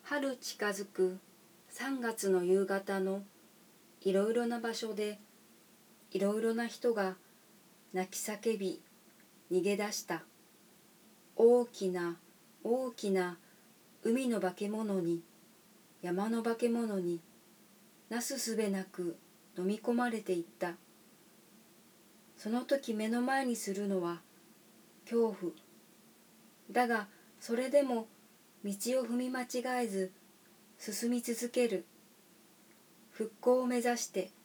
春近づく3月の夕方のいろいろな場所でいろいろな人が泣き叫び逃げ出した。大きな大きな海の化け物に山の化け物になすすべなく飲み込まれていった。その時目の前にするのは恐怖。だがそれでも道を踏み間違えず進み続ける。復興を目指して